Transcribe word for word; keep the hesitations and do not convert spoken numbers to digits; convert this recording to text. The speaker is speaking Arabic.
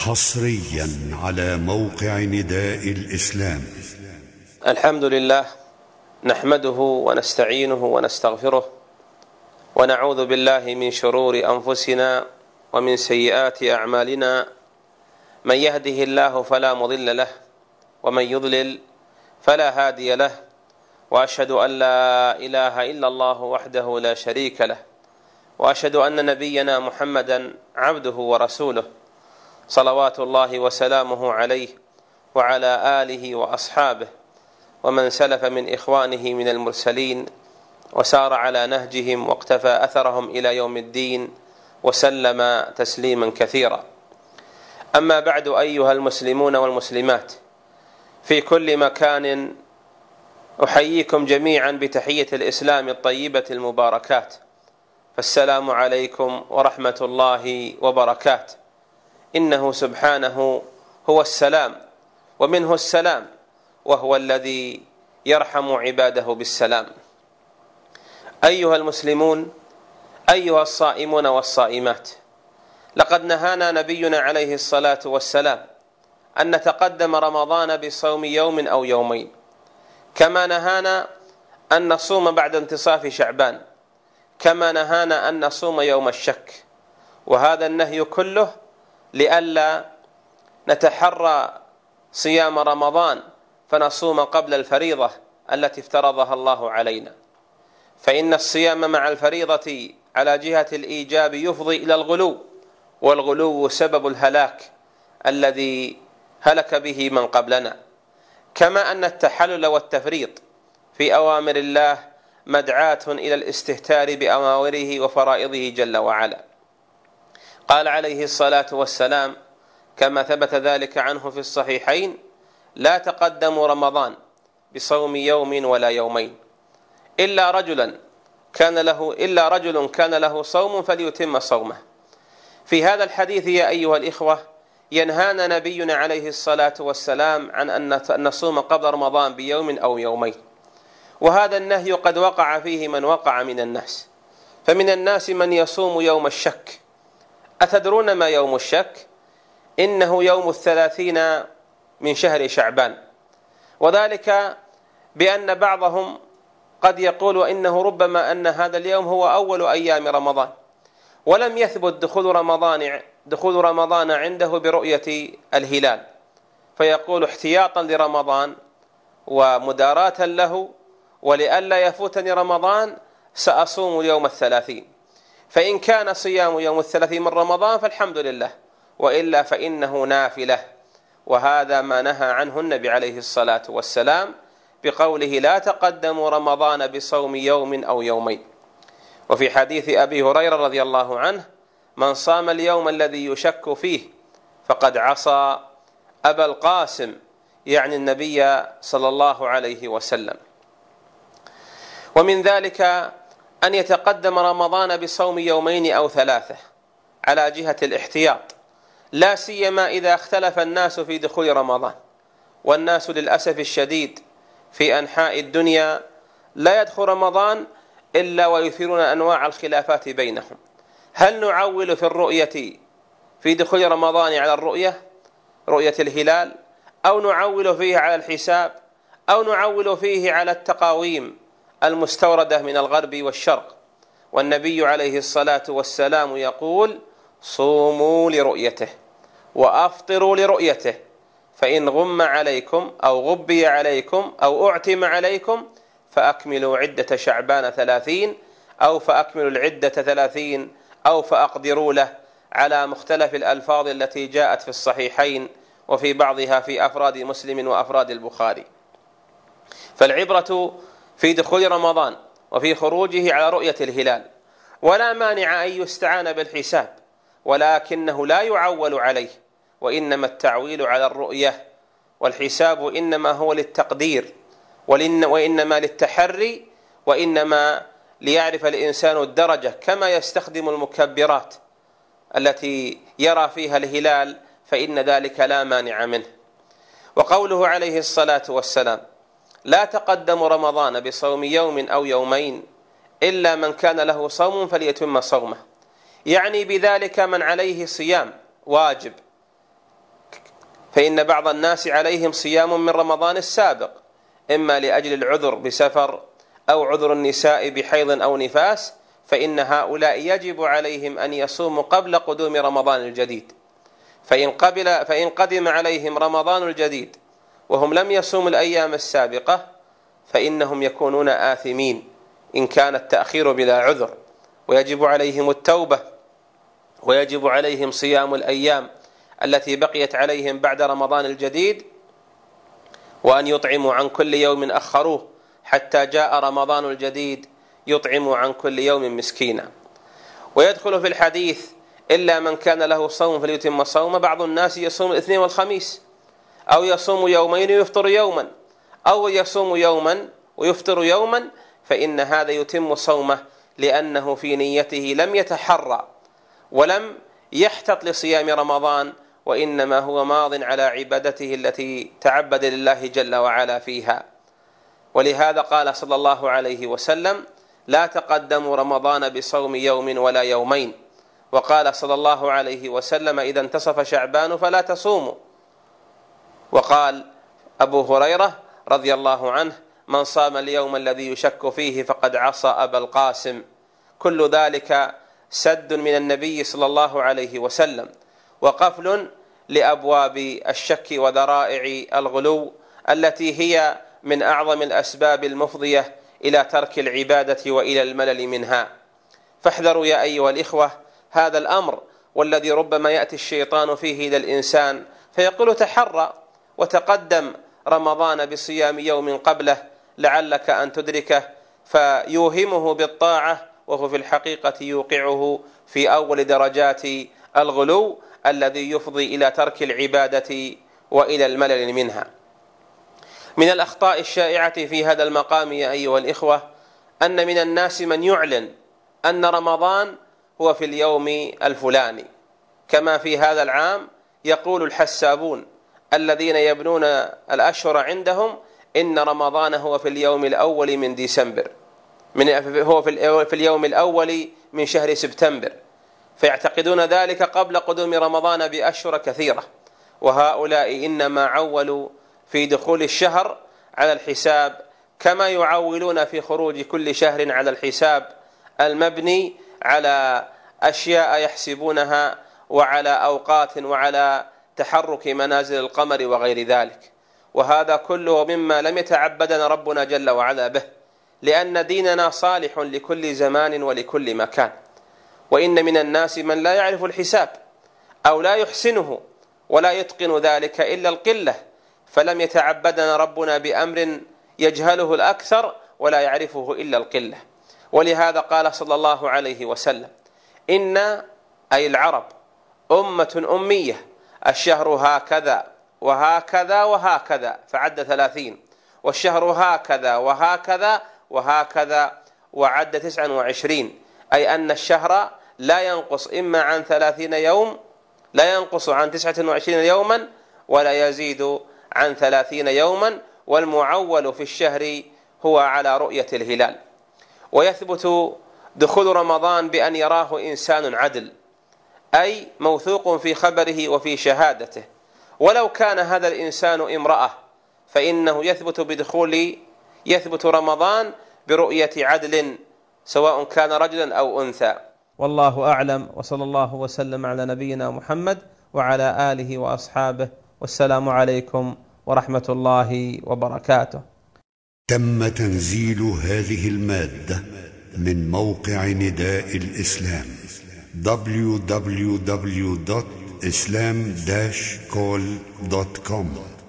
حصريا على موقع نداء الإسلام. الحمد لله نحمده ونستعينه ونستغفره ونعوذ بالله من شرور أنفسنا ومن سيئات أعمالنا، من يهده الله فلا مضل له ومن يضلل فلا هادي له، وأشهد أن لا إله إلا الله وحده لا شريك له، وأشهد أن نبينا محمدا عبده ورسوله صلوات الله وسلامه عليه وعلى آله وأصحابه ومن سلف من إخوانه من المرسلين وسار على نهجهم واقتفى أثرهم إلى يوم الدين وسلم تسليما كثيرا. أما بعد، أيها المسلمون والمسلمات في كل مكان، أحييكم جميعا بتحية الإسلام الطيبة المباركات، فالسلام عليكم ورحمة الله وبركاته. إنه سبحانه هو السلام ومنه السلام، وهو الذي يرحم عباده بالسلام. أيها المسلمون، أيها الصائمون والصائمات، لقد نهانا نبينا عليه الصلاة والسلام أن نتقدم رمضان بصوم يوم أو يومين، كما نهانا أن نصوم بعد انتصاف شعبان، كما نهانا أن نصوم يوم الشك. وهذا النهي كله لئلا نتحرى صيام رمضان فنصوم قبل الفريضة التي افترضها الله علينا، فإن الصيام مع الفريضة على جهة الإيجاب يفضي إلى الغلو، والغلو سبب الهلاك الذي هلك به من قبلنا، كما أن التحلل والتفريط في أوامر الله مدعاة إلى الاستهتار بأوامره وفرائضه جل وعلا. قال عليه الصلاة والسلام كما ثبت ذلك عنه في الصحيحين: لا تقدموا رمضان بصوم يوم ولا يومين إلا رجلا كان له إلا رجل كان له صوم فليتم صومه. في هذا الحديث يا أيها الإخوة ينهانا نبينا عليه الصلاة والسلام عن أن نصوم قبل رمضان بيوم أو يومين، وهذا النهي قد وقع فيه من وقع من الناس. فمن الناس من يصوم يوم الشك. أتدرون ما يوم الشك؟ إنه يوم الثلاثين من شهر شعبان، وذلك بأن بعضهم قد يقول إنه ربما أن هذا اليوم هو أول أيام رمضان، ولم يثبت دخول رمضان دخول رمضان عنده برؤية الهلال، فيقول احتياطا لرمضان ومداراة له ولئلا يفوتني رمضان سأصوم اليوم الثلاثين. فإن كان صيام يوم الثلاثين من رمضان فالحمد لله، وإلا فإنه نافلة. وهذا ما نهى عنه النبي عليه الصلاة والسلام بقوله: لا تقدموا رمضان بصوم يوم أو يومين. وفي حديث أبي هريرة رضي الله عنه: من صام اليوم الذي يشك فيه فقد عصى أبا القاسم، يعني النبي صلى الله عليه وسلم. ومن ذلك أن يتقدم رمضان بصوم يومين أو ثلاثة على جهة الاحتياط، لا سيما إذا اختلف الناس في دخول رمضان، والناس للأسف الشديد في أنحاء الدنيا لا يدخل رمضان إلا ويثيرون أنواع الخلافات بينهم. هل نعول في الرؤية في دخول رمضان على الرؤية رؤية الهلال، أو نعول فيه على الحساب، أو نعول فيه على التقاويم المستوردة من الغرب والشرق؟ والنبي عليه الصلاة والسلام يقول: صوموا لرؤيته وأفطروا لرؤيته، فإن غم عليكم أو غبي عليكم أو أعتم عليكم فأكملوا عدة شعبان ثلاثين، أو فأكملوا العدة ثلاثين، أو فأقدروا له، على مختلف الألفاظ التي جاءت في الصحيحين، وفي بعضها في أفراد مسلم وأفراد البخاري. فالعبرة في دخول رمضان وفي خروجه على رؤية الهلال، ولا مانع أن يستعان بالحساب، ولكنه لا يعول عليه، وإنما التعويل على الرؤية، والحساب إنما هو للتقدير، وإنما للتحري، وإنما ليعرف الإنسان الدرجة، كما يستخدم المكبرات التي يرى فيها الهلال، فإن ذلك لا مانع منه. وقوله عليه الصلاة والسلام: لا تقدموا رمضان بصوم يوم أو يومين إلا من كان له صوم فليتم صومه، يعني بذلك من عليه صيام واجب فإن بعض الناس عليهم صيام من رمضان السابق، إما لأجل العذر بسفر أو عذر النساء بحيض أو نفاس، فإن هؤلاء يجب عليهم أن يصوموا قبل قدوم رمضان الجديد. فإن قبل فإن قدم عليهم رمضان الجديد وهم لم يصوموا الأيام السابقة فإنهم يكونون آثمين إن كان التأخير بلا عذر، ويجب عليهم التوبة، ويجب عليهم صيام الأيام التي بقيت عليهم بعد رمضان الجديد، وأن يطعموا عن كل يوم أخروه حتى جاء رمضان الجديد يطعموا عن كل يوم مسكينا. ويدخل في الحديث إلا من كان له صوم فليتم صومه. بعض الناس يصوم الاثنين والخميس، أو يصوم يومين ويفطر يوما، أو يصوم يوما ويفطر يوما، فإن هذا يتم صومه لأنه في نيته لم يتحرى ولم يحتط لصيام رمضان، وإنما هو ماض على عبادته التي تعبد لله جل وعلا فيها. ولهذا قال صلى الله عليه وسلم: لا تقدموا رمضان بصوم يوم ولا يومين. وقال صلى الله عليه وسلم: إذا انتصف شعبان فلا تصوموا. وقال أبو هريرة رضي الله عنه: من صام اليوم الذي يشك فيه فقد عصى أبا القاسم. كل ذلك سد من النبي صلى الله عليه وسلم، وقفل لأبواب الشك وذرائع الغلو التي هي من أعظم الأسباب المفضية إلى ترك العبادة وإلى الملل منها. فاحذروا يا أيها الإخوة هذا الأمر، والذي ربما يأتي الشيطان فيه إلى الإنسان فيقول: تحرى وتقدم رمضان بصيام يوم قبله لعلك أن تدركه، فيوهمه بالطاعة وهو في الحقيقة يوقعه في أول درجات الغلو الذي يفضي إلى ترك العبادة وإلى الملل منها. من الأخطاء الشائعة في هذا المقام يا أيها الإخوة أن من الناس من يعلن أن رمضان هو في اليوم الفلاني، كما في هذا العام يقول الحسابون الذين يبنون الأشهر عندهم إن رمضان هو في اليوم الأول من ديسمبر، من هو في اليوم الأول من شهر سبتمبر، فيعتقدون ذلك قبل قدوم رمضان بأشهر كثيرة. وهؤلاء إنما عولوا في دخول الشهر على الحساب كما يعولون في خروج كل شهر على الحساب المبني على أشياء يحسبونها وعلى أوقات وعلى تحرك منازل القمر وغير ذلك. وهذا كله مما لم يتعبدنا ربنا جل وعلا به، لأن ديننا صالح لكل زمان ولكل مكان. وإن من الناس من لا يعرف الحساب أو لا يحسنه ولا يتقن ذلك إلا القلة، فلم يتعبدنا ربنا بأمر يجهله الأكثر ولا يعرفه إلا القلة. ولهذا قال صلى الله عليه وسلم: إن أي العرب أمة أمية، الشهر هكذا وهكذا وهكذا، فعد ثلاثين، والشهر هكذا وهكذا وهكذا، وعد تسعا وعشرين، أي أن الشهر لا ينقص إما عن ثلاثين يوم، لا ينقص عن تسعة وعشرين يوما، ولا يزيد عن ثلاثين يوما. والمعول في الشهر هو على رؤية الهلال. ويثبت دخول رمضان بأن يراه إنسان عدل، أي موثوق في خبره وفي شهادته، ولو كان هذا الإنسان امرأة فإنه يثبت بدخول يثبت رمضان برؤية عدل سواء كان رجلا أو أنثى. والله أعلم، وصلى الله وسلم على نبينا محمد وعلى آله وأصحابه، والسلام عليكم ورحمة الله وبركاته. تم تنزيل هذه المادة من موقع نداء الإسلام دبليو دبليو دبليو دوت إسلام داش كول دوت كوم.